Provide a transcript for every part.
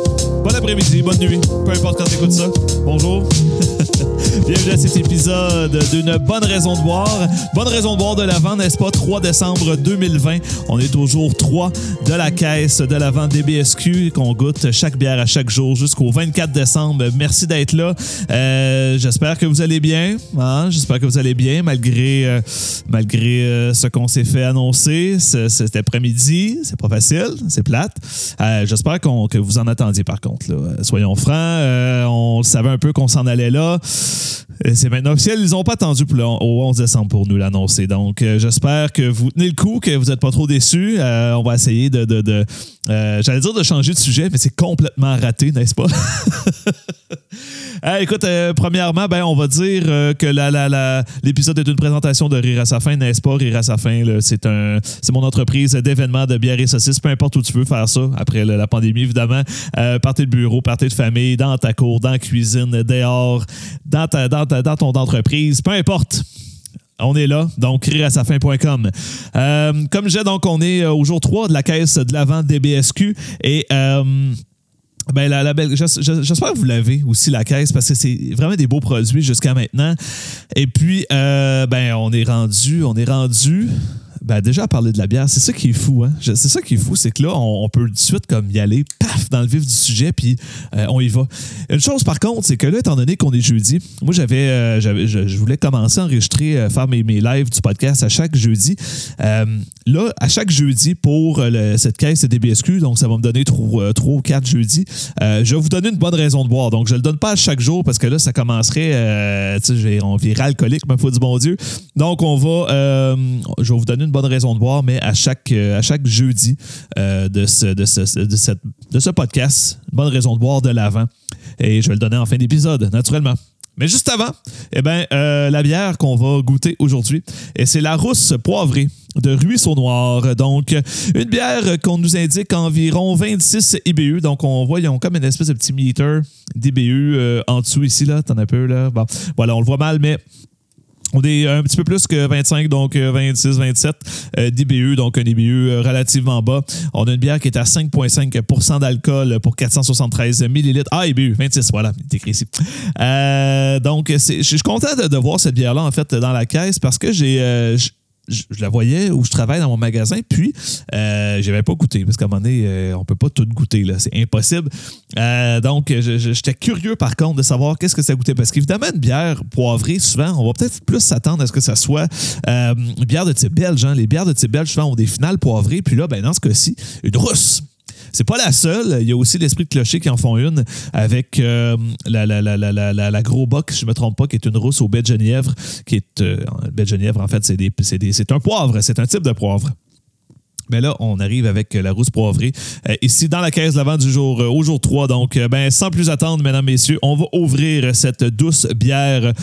Bon après-midi, bonne nuit, peu importe quand tu écoutes ça. Bonjour. Bienvenue à cet épisode d'une bonne raison de boire. Bonne raison de boire de l'Avent, n'est-ce pas? 3 décembre 2020. On est au jour 3 de la caisse de l'Avent DBSQ qu'on goûte chaque bière à chaque jour jusqu'au 24 décembre. Merci d'être là. J'espère que vous allez bien. Hein? J'espère que vous allez bien malgré ce qu'on s'est fait annoncer cet après-midi. C'est pas facile, c'est plate. J'espère que vous en attendiez par contre. Là. Soyons francs, on savait un peu qu'on s'en allait là. C'est maintenant officiel. Ils n'ont pas attendu au 11 décembre pour nous l'annoncer. Donc, j'espère que vous tenez le coup, que vous n'êtes pas trop déçus. On va essayer j'allais dire de changer de sujet, mais c'est complètement raté, n'est-ce pas? Écoute, premièrement, on va dire que l'épisode est une présentation de Rire à sa fin, n'est-ce pas? Rire à sa fin, là, c'est mon entreprise d'événements de bière et saucisses, peu importe où tu veux faire ça, après la pandémie, évidemment. Partez de bureau, partez de famille, dans ta cour, dans la cuisine, dehors, dans ton entreprise, peu importe. On est là, donc rireasafin.com. Comme je disais, donc, on est au jour 3 de la caisse de l'Avent DBSQ et... j'espère que vous l'avez aussi, la caisse, parce que c'est vraiment des beaux produits jusqu'à maintenant. Et puis, on est rendu déjà à parler de la bière. C'est ça qui est fou, hein? C'est ça qui est fou, c'est que là, on peut tout de suite comme y aller, paf, dans le vif du sujet, puis on y va. Une chose, par contre, c'est que là, étant donné qu'on est jeudi, moi, je voulais commencer à enregistrer, faire mes lives du podcast à chaque jeudi. Là, à chaque jeudi, pour cette caisse DBSQ, donc ça va me donner 3 ou 4 jeudis, je vais vous donner une bonne raison de boire. Donc, je ne le donne pas à chaque jour, parce que là, ça commencerait, on virait alcoolique, ma foi du bon Dieu. Donc, je vais vous donner une bonne raison de boire, mais à chaque jeudi de ce podcast, une bonne raison de boire de l'Avent. Et je vais le donner en fin d'épisode, naturellement. Mais juste avant, la bière qu'on va goûter aujourd'hui, et c'est la Rousse Poivrée de Ruisseau Noir. Donc, une bière qu'on nous indique environ 26 IBU. Donc, on voit, ils ont comme une espèce de petit meter d'IBU en dessous ici, là. T'en as un peu, là. Bon, voilà, on le voit mal, mais... On est un petit peu plus que 25, donc 26, 27 d'IBU, donc un IBU relativement bas. On a une bière qui est à 5,5% d'alcool pour 473 millilitres. Ah, IBU, 26, voilà, il est écrit ici. Donc, je suis content de voir cette bière-là, en fait, dans la caisse parce que je la voyais où je travaille dans mon magasin, puis je n'avais pas goûté, parce qu'à un moment donné, on ne peut pas tout goûter, là, c'est impossible. Donc, j'étais curieux, par contre, de savoir qu'est-ce que ça goûtait, parce qu'évidemment, une bière poivrée, souvent, on va peut-être plus s'attendre à ce que ça soit une bière de type belge. Hein. Les bières de type belge, souvent, ont des finales poivrées, puis là, dans ce cas-ci, une rousse. C'est pas la seule. Il y a aussi l'Esprit de Clocher qui en font une avec la Gros Bock, je ne me trompe pas, qui est une rousse au baie de Genièvre. Qui est, baie de Genièvre, en fait, c'est un poivre. C'est un type de poivre. Mais là, on arrive avec la Rousse Poivrée. Ici, dans la caisse de l'Avent du jour, au jour 3. Donc, sans plus attendre, mesdames, messieurs, on va ouvrir cette douce bière.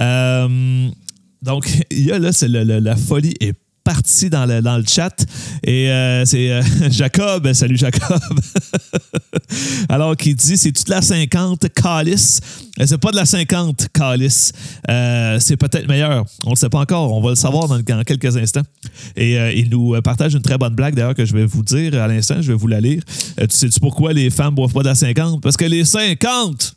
Donc, il y a là, la folie est parti dans le chat et c'est Jacob, salut Jacob, alors qui dit c'est toute la 50 calice, c'est pas de la 50 calice, c'est peut-être meilleur, on le sait pas encore, on va le savoir dans quelques instants et il nous partage une très bonne blague d'ailleurs que je vais vous dire à l'instant, je vais vous la lire. Tu sais-tu pourquoi les femmes boivent pas de la 50? Parce que les 50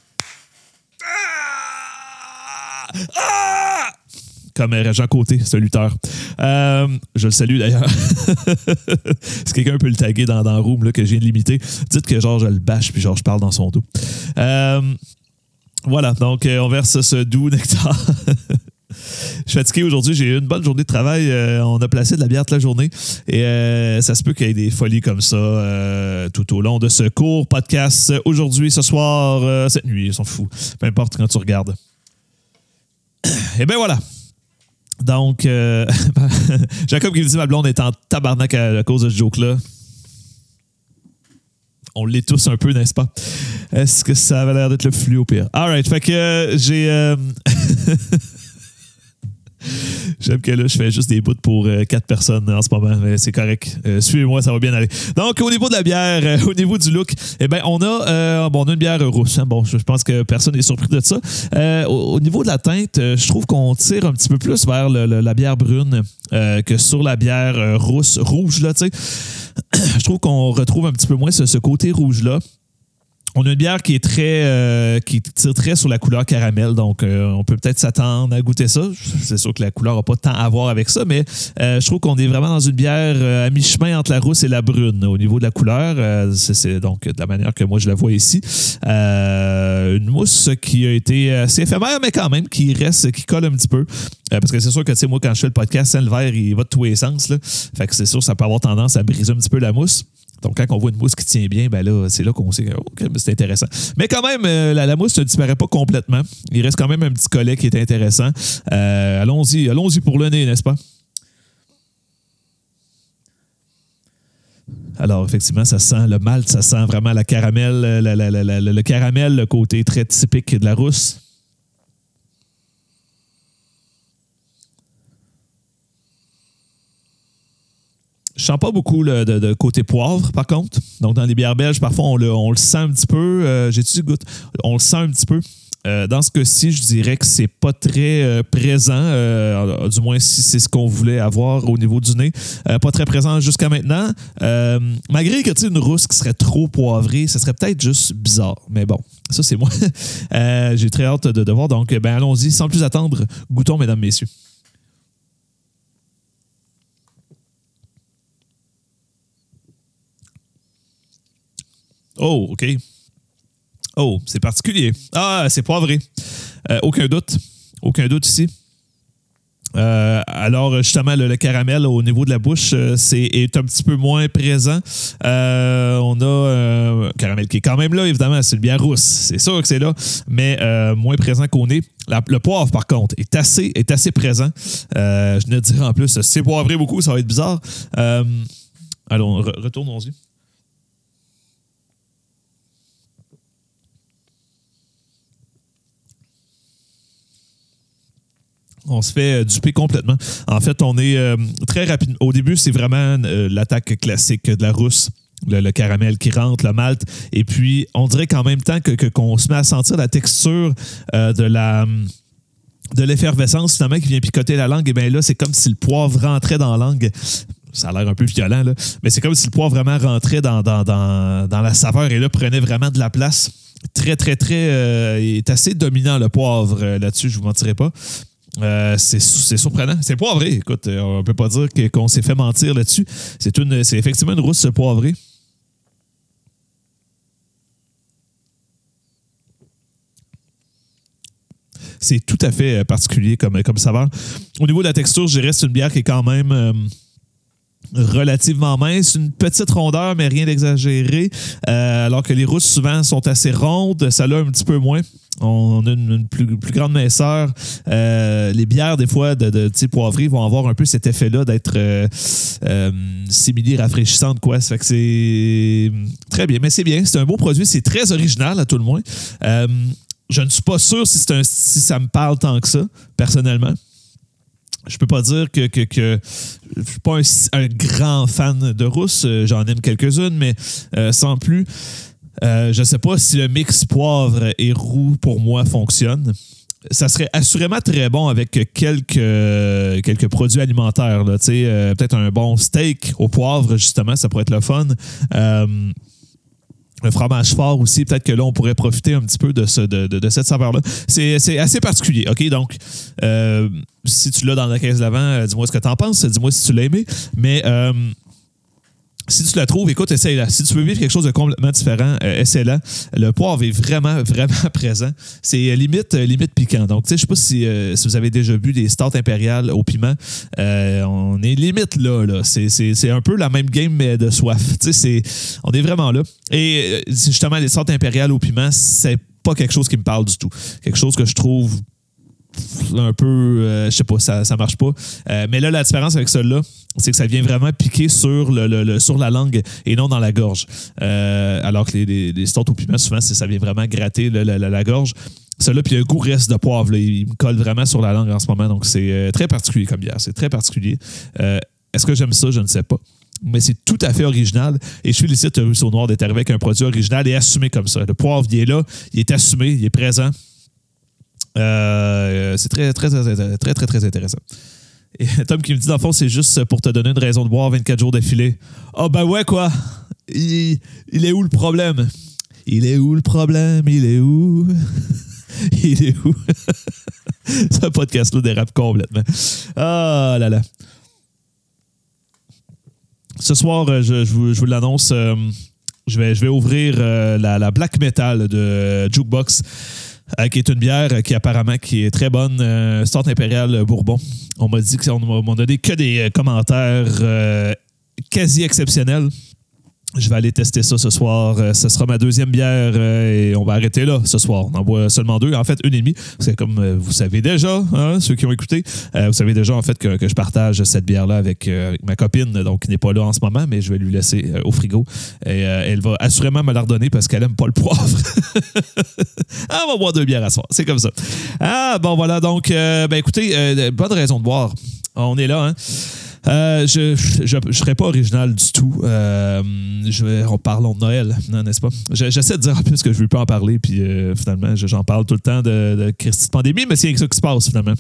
comme Jean Côté, c'est un lutteur. Je le salue d'ailleurs. Si quelqu'un peut le taguer dans le room là, que je viens de l'imiter, dites que genre je le bâche puis genre je parle dans son dos. Voilà, donc on verse ce doux nectar. Je suis fatigué aujourd'hui, j'ai eu une bonne journée de travail. On a placé de la bière toute la journée et ça se peut qu'il y ait des folies comme ça tout au long de ce court podcast. Aujourd'hui, ce soir, cette nuit, ils s'en foutent. Peu importe quand tu regardes. Et bien voilà. Donc, Jacob qui me dit ma blonde est en tabarnak à cause de ce joke-là. On l'est tous un peu, n'est-ce pas? Est-ce que ça avait l'air d'être le flux au pire? All right, fait que j'ai... J'aime que là, je fais juste des bouts pour 4 personnes en ce moment, mais c'est correct. Suivez-moi, ça va bien aller. Donc, au niveau de la bière, au niveau du look, on a une bière rousse. Hein. Bon, je pense que personne n'est surpris de ça. Au niveau de la teinte, je trouve qu'on tire un petit peu plus vers la bière brune que sur la bière rouge, là, tu sais. Je trouve qu'on retrouve un petit peu moins ce côté rouge-là. On a une bière qui est qui tire très sur la couleur caramel, donc on peut peut-être s'attendre à goûter ça. C'est sûr que la couleur n'a pas tant à voir avec ça, mais je trouve qu'on est vraiment dans une bière à mi-chemin entre la rousse et la brune au niveau de la couleur. C'est donc de la manière que moi je la vois ici. Une mousse qui a été assez éphémère, mais quand même qui colle un petit peu. Parce que c'est sûr que, tu sais, moi, quand je fais le podcast, le verre, il va de tous les sens, là. Fait que c'est sûr, ça peut avoir tendance à briser un petit peu la mousse. Donc, quand on voit une mousse qui tient bien, ben là, c'est là qu'on sait que c'est intéressant. Mais quand même, la mousse ne disparaît pas complètement. Il reste quand même un petit collet qui est intéressant. Allons-y pour le nez, n'est-ce pas? Alors, effectivement, ça sent le malt, ça sent vraiment la caramel, le caramel, le côté très typique de la rousse. Je sens pas beaucoup de côté poivre, par contre. Donc, dans les bières belges, parfois, on le sent un petit peu. J'ai-tu goût? On le sent un petit peu. Dans ce cas-ci, je dirais que c'est pas très présent, du moins si c'est ce qu'on voulait avoir au niveau du nez. Pas très présent jusqu'à maintenant. Malgré que tu sais, une rousse qui serait trop poivrée, ça serait peut-être juste bizarre. Mais bon, ça c'est moi. J'ai très hâte de voir. Donc, ben allons-y, sans plus attendre, goûtons, mesdames, messieurs. Oh, OK. Oh, c'est particulier. Ah, c'est poivré. Aucun doute. Aucun doute ici. Alors, justement, le caramel au niveau de la bouche est un petit peu moins présent. On a un caramel qui est quand même là, évidemment. C'est une bière rousse. C'est sûr que c'est là, mais moins présent qu'au nez. Le poivre, par contre, est assez présent. Je ne dirais en plus, si c'est poivré beaucoup, ça va être bizarre. Allons, retournons-y. On se fait duper complètement. En fait, on est très rapide. Au début, c'est vraiment l'attaque classique de la rousse. Le caramel qui rentre, le malt. Et puis, on dirait qu'en même temps qu'on se met à sentir la texture de l'effervescence, finalement, qui vient picoter la langue, et bien là, c'est comme si le poivre rentrait dans la langue. Ça a l'air un peu violent, là. Mais c'est comme si le poivre vraiment rentrait dans la saveur et là, prenait vraiment de la place. Très, très, très... il est assez dominant, le poivre, là-dessus, je ne vous mentirai pas. C'est surprenant. C'est poivré. Écoute, on ne peut pas dire qu'on s'est fait mentir là-dessus. C'est effectivement une rousse poivrée. C'est tout à fait particulier comme saveur. Au niveau de la texture, je dirais que c'est une bière qui est quand même relativement mince, une petite rondeur, mais rien d'exagéré. Alors que les rousses, souvent, sont assez rondes. Ça l'a un petit peu moins. On a une plus grande minceur. Les bières, des fois, de type poivré vont avoir un peu cet effet-là d'être simili-rafraîchissantes, quoi. Ça fait que c'est très bien. Mais c'est bien. C'est un beau produit. C'est très original, à tout le moins. Je ne suis pas sûr si ça me parle tant que ça, personnellement. Je peux pas dire que je suis pas un grand fan de rousse. J'en aime quelques-unes, mais sans plus. Je sais pas si le mix poivre et roux, pour moi, fonctionne. Ça serait assurément très bon avec quelques produits alimentaires. Là, peut-être un bon steak au poivre, justement, ça pourrait être le fun. Un fromage fort aussi, peut-être que là, on pourrait profiter un petit peu de cette saveur-là. C'est assez particulier, OK? Donc, si tu l'as dans la caisse d'avant, dis-moi ce que tu en penses, dis-moi si tu l'as aimé. Mais si tu la trouves, écoute, essaye-la. Si tu veux vivre quelque chose de complètement différent, essaie-la. Le poivre est vraiment, vraiment présent. C'est limite piquant. Donc, tu sais, je sais pas si vous avez déjà bu des stouts impériales au piment. On est limite là. C'est un peu la même game, mais de soif. Tu sais, on est vraiment là. Et justement, les stouts impériales au piment, c'est pas quelque chose qui me parle du tout. Quelque chose que je trouve un peu, je sais pas, ça marche pas. Mais là, la différence avec celle-là, c'est que ça vient vraiment piquer sur sur la langue et non dans la gorge. Alors que les stouts au piment, souvent, ça vient vraiment gratter la gorge. Celui-là, puis le goût reste de poivre. Là, il me colle vraiment sur la langue en ce moment. Donc, c'est très particulier comme bière. C'est très particulier. Est-ce que j'aime ça? Je ne sais pas. Mais c'est tout à fait original. Et je félicite Ruisseau Noir d'être arrivé avec un produit original et assumé comme ça. Le poivre, il est là, il est assumé, il est présent. C'est très, très, très, très, très, très, très intéressant. Et Tom qui me dit, dans le fond, c'est juste pour te donner une raison de boire 24 jours d'affilée. Ah, ben ouais, quoi. Il est où le problème? Il est où le problème? Il est où? Il est où? Ce podcast-là dérape complètement. Ah là là. Ce soir, je vous l'annonce, je vais ouvrir la Black Metal de Jukebox, qui est une bière qui est très bonne, Start Impérial Bourbon. On m'a dit qu'on m'a donné que des commentaires quasi exceptionnels. Je vais aller tester ça ce soir. Ce sera ma deuxième bière et on va arrêter là ce soir. On en boit seulement 2, en fait 1,5. Parce que comme vous savez déjà, hein, ceux qui ont écouté, vous savez déjà en fait que je partage cette bière-là avec ma copine, donc qui n'est pas là en ce moment, mais je vais lui laisser au frigo. Et elle va assurément me la redonner parce qu'elle n'aime pas le poivre. On va boire 2 bières à soir. C'est comme ça. Ah bon voilà, donc écoutez, bonne raison de boire. On est là, hein? Je ne serais pas original du tout. Parlons de Noël, n'est-ce pas? J'essaie de dire en plus que je ne veux pas en parler, puis finalement, j'en parle tout le temps de Christy de pandémie, mais c'est ça qui se passe finalement.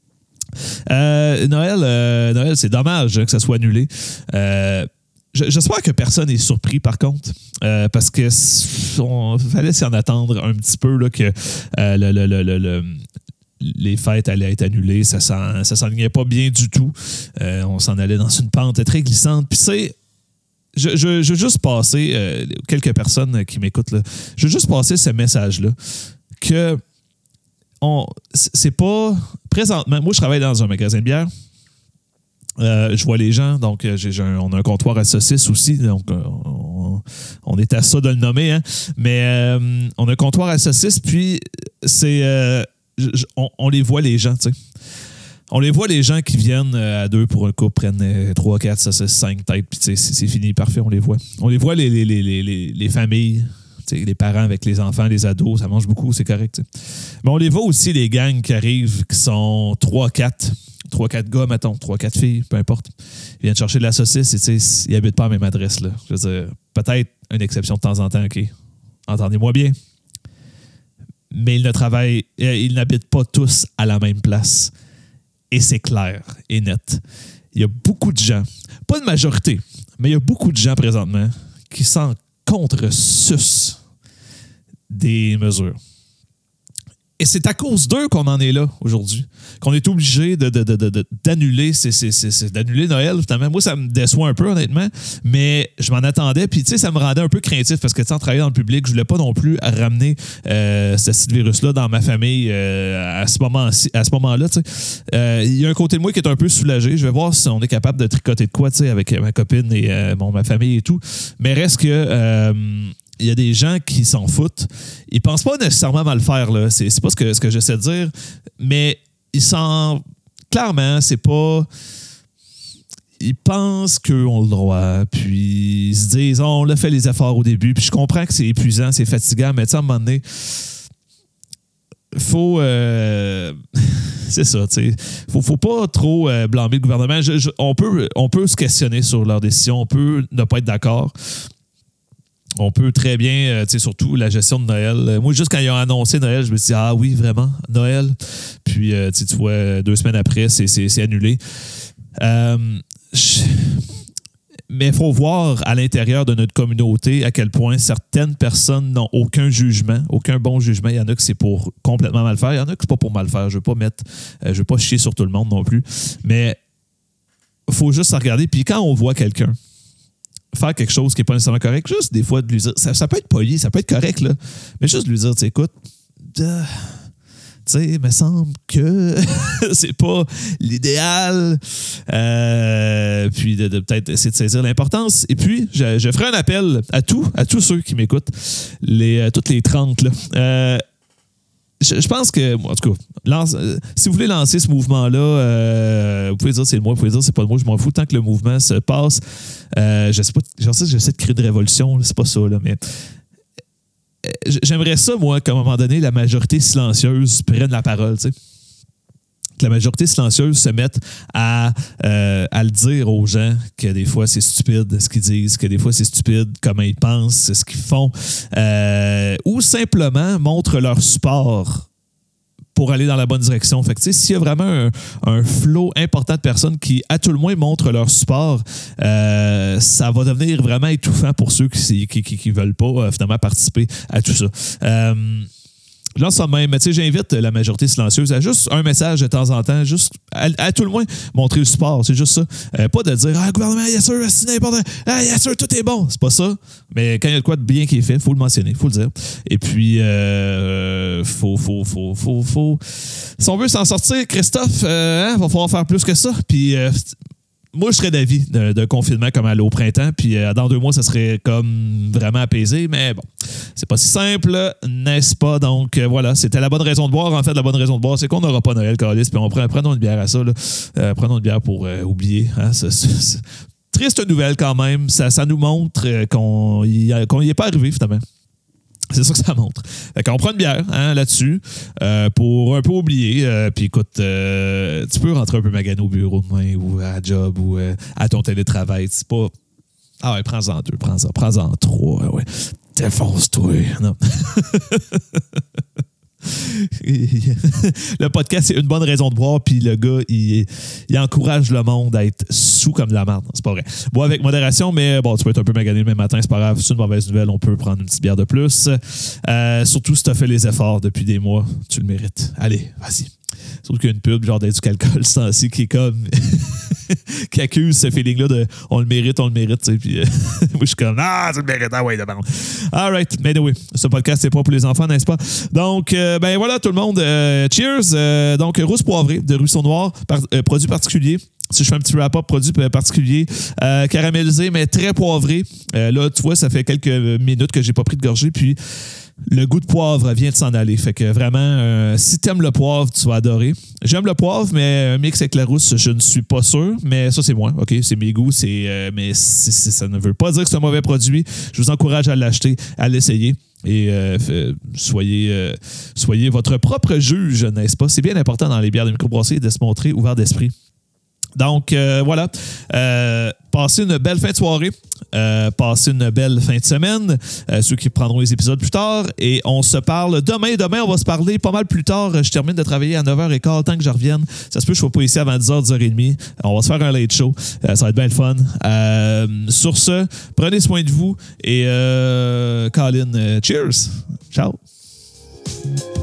Noël, c'est dommage que ça soit annulé. J'espère que personne n'est surpris, par contre, parce que fallait s'y en attendre un petit peu là, que les fêtes allaient être annulées. Ça s'enlignait pas bien du tout. On s'en allait dans une pente très glissante. Puis je veux juste passer, quelques personnes qui m'écoutent, là, je veux juste passer ce message-là, que c'est pas... Présentement, moi, je travaille dans un magasin de bière. Je vois les gens, donc on a un comptoir à saucisses aussi, donc on est à ça de le nommer, hein? Mais on a un comptoir à saucisses, puis c'est... on les voit, les gens, tu sais. On les voit, les gens qui viennent à 2 pour un couple, prennent 3, 4, 5 têtes, puis c'est fini, parfait, on les voit. On les voit, les familles, les parents avec les enfants, les ados, ça mange beaucoup, c'est correct. T'sais. Mais on les voit aussi, les gangs qui arrivent, qui sont 3, 4 gars, mettons, 3, 4 filles, peu importe. Ils viennent chercher de la saucisse et ils n'habitent pas à la même adresse. Là. Je veux dire, peut-être une exception de temps en temps, OK. Entendez-moi bien. Mais ils n'habitent pas tous à la même place. Et c'est clair et net. Il y a beaucoup de gens, pas une majorité, mais il y a beaucoup de gens présentement qui s'en contresucent des mesures. Et c'est à cause d'eux qu'on en est là aujourd'hui, qu'on est obligé d'annuler, d'annuler Noël. Finalement, moi, ça me déçoit un peu, honnêtement, mais je m'en attendais. Puis, tu sais, ça me rendait un peu craintif parce que, tu sais, en travaillant dans le public, je voulais pas non plus ramener ce virus-là dans ma famille à ce moment-là. Tu sais. Il y a un côté de moi qui est un peu soulagé. Je vais voir si on est capable de tricoter de quoi, tu sais, avec ma copine et ma famille et tout. Mais reste que... il y a des gens qui s'en foutent. Ils pensent pas nécessairement mal faire, là. C'est pas ce que j'essaie de dire, mais ils s'en... Clairement, c'est pas... Ils pensent qu'eux ont le droit, puis ils se disent « on l'a fait les efforts au début », puis je comprends que c'est épuisant, c'est fatigant, mais tu sais, à un moment donné, faut... c'est ça, tu sais. Faut pas trop blâmer le gouvernement. On peut se questionner sur leurs décisions, on peut ne pas être d'accord. On peut très bien, tu sais, surtout la gestion de Noël. Moi, juste quand ils ont annoncé Noël, je me suis dit, ah oui, vraiment, Noël. Puis, tu vois, 2 semaines après, c'est annulé. Mais il faut voir à l'intérieur de notre communauté à quel point certaines personnes n'ont aucun jugement, aucun bon jugement. Il y en a que c'est pour complètement mal faire. Il y en a que c'est pas pour mal faire. Je veux pas chier sur tout le monde non plus. Mais il faut juste se regarder. Puis quand on voit quelqu'un faire quelque chose qui n'est pas nécessairement correct, juste des fois de lui dire, ça peut être poli, ça peut être correct, là, mais juste de lui dire, tu sais, écoute, tu sais, il me semble que c'est pas l'idéal, puis de peut-être essayer de saisir l'importance. Et puis, je ferai un appel à tous ceux qui m'écoutent, toutes les 30, là. Je pense que, en tout cas, si vous voulez lancer ce mouvement-là, vous pouvez dire c'est le moi, vous pouvez dire c'est pas le moi, je m'en fous tant que le mouvement se passe. Je sais pas, j'essaie de créer de révolution, là, c'est pas ça, là, mais j'aimerais ça, moi, qu'à un moment donné, la majorité silencieuse prenne la parole, tu sais. Que la majorité silencieuse se mette à le dire aux gens que des fois c'est stupide ce qu'ils disent, que des fois c'est stupide comment ils pensent, ce qu'ils font, ou simplement montre leur support pour aller dans la bonne direction. Fait que, tu sais, s'il y a vraiment un flow important de personnes qui, à tout le moins, montrent leur support, ça va devenir vraiment étouffant pour ceux qui veulent pas finalement participer à tout ça. Là, ça même, tu sais, j'invite la majorité silencieuse à juste un message de temps en temps, juste à tout le moins montrer le support. C'est juste ça. Pas de dire gouvernement, yes sir, c'est n'importe quoi. Yes sir, tout est bon. C'est pas ça. Mais quand il y a de quoi de bien qui est fait, il faut le mentionner, il faut le dire. Et puis, faut. Si on veut s'en sortir, Christophe, va falloir faire plus que ça. Puis, moi, je serais d'avis d'un confinement comme aller au printemps, puis dans 2 mois, ça serait comme vraiment apaisé, mais bon, c'est pas si simple, n'est-ce pas? Donc, voilà, c'était la bonne raison de boire. En fait, la bonne raison de boire, c'est qu'on n'aura pas Noël, Calice, puis prenons une bière à ça, là. Prenons une bière pour oublier. Hein, triste nouvelle quand même, ça nous montre qu'on y est pas arrivé, finalement. C'est ça que ça montre. Fait qu'on prend une bière là-dessus pour un peu oublier. Puis écoute, tu peux rentrer un peu magané au bureau demain ou à job ou à ton télétravail. C'est pas... Ah ouais, prends-en 2, prends-en 3. Ouais. Défonce-toi. Non. Le podcast, c'est une bonne raison de boire, puis le gars, il encourage le monde à être sous comme de la merde. C'est pas vrai. Bon, avec modération, mais bon, tu peux être un peu magané le même matin, c'est pas grave. C'est une mauvaise nouvelle, on peut prendre une petite bière de plus. Surtout si tu as fait les efforts depuis des mois, tu le mérites. Allez, vas-y. Surtout qu'il y a une pub, genre d'Éducalcool, ce temps-ci, qui est comme... qui accuse ce feeling-là de « on le mérite, tu sais. Puis moi, je suis comme « ah, tu le mérites, ah ouais, d'abord. » All right. Mais oui, ce podcast, c'est pas pour les enfants, n'est-ce pas? Donc, ben voilà, tout le monde. Cheers. Donc, rousse poivrée de Ruisseau Noir, produit particulier. Si je fais un petit wrap-up, produit particulier, caramélisé, mais très poivré. Là, tu vois, ça fait quelques minutes que j'ai pas pris de gorgée, puis le goût de poivre vient de s'en aller. Fait que vraiment, si t'aimes le poivre, tu vas adorer. J'aime le poivre, mais un mix avec la rousse, je ne suis pas sûr. Mais ça, c'est moi. OK, c'est mes goûts. Mais ça ne veut pas dire que c'est un mauvais produit. Je vous encourage à l'acheter, à l'essayer. Et soyez votre propre juge, n'est-ce pas? C'est bien important dans les bières de microbrasserie de se montrer ouvert d'esprit. Donc, voilà. Passez une belle fin de soirée. Passez une belle fin de semaine. Ceux qui prendront les épisodes plus tard. Et on se parle demain. Demain, on va se parler pas mal plus tard. Je termine de travailler à 9h15. Tant que je revienne, ça se peut que je ne sois pas ici avant 10h, 10h30. On va se faire un late show. Ça va être bien le fun. Sur ce, prenez soin de vous. Et Colin, cheers. Ciao.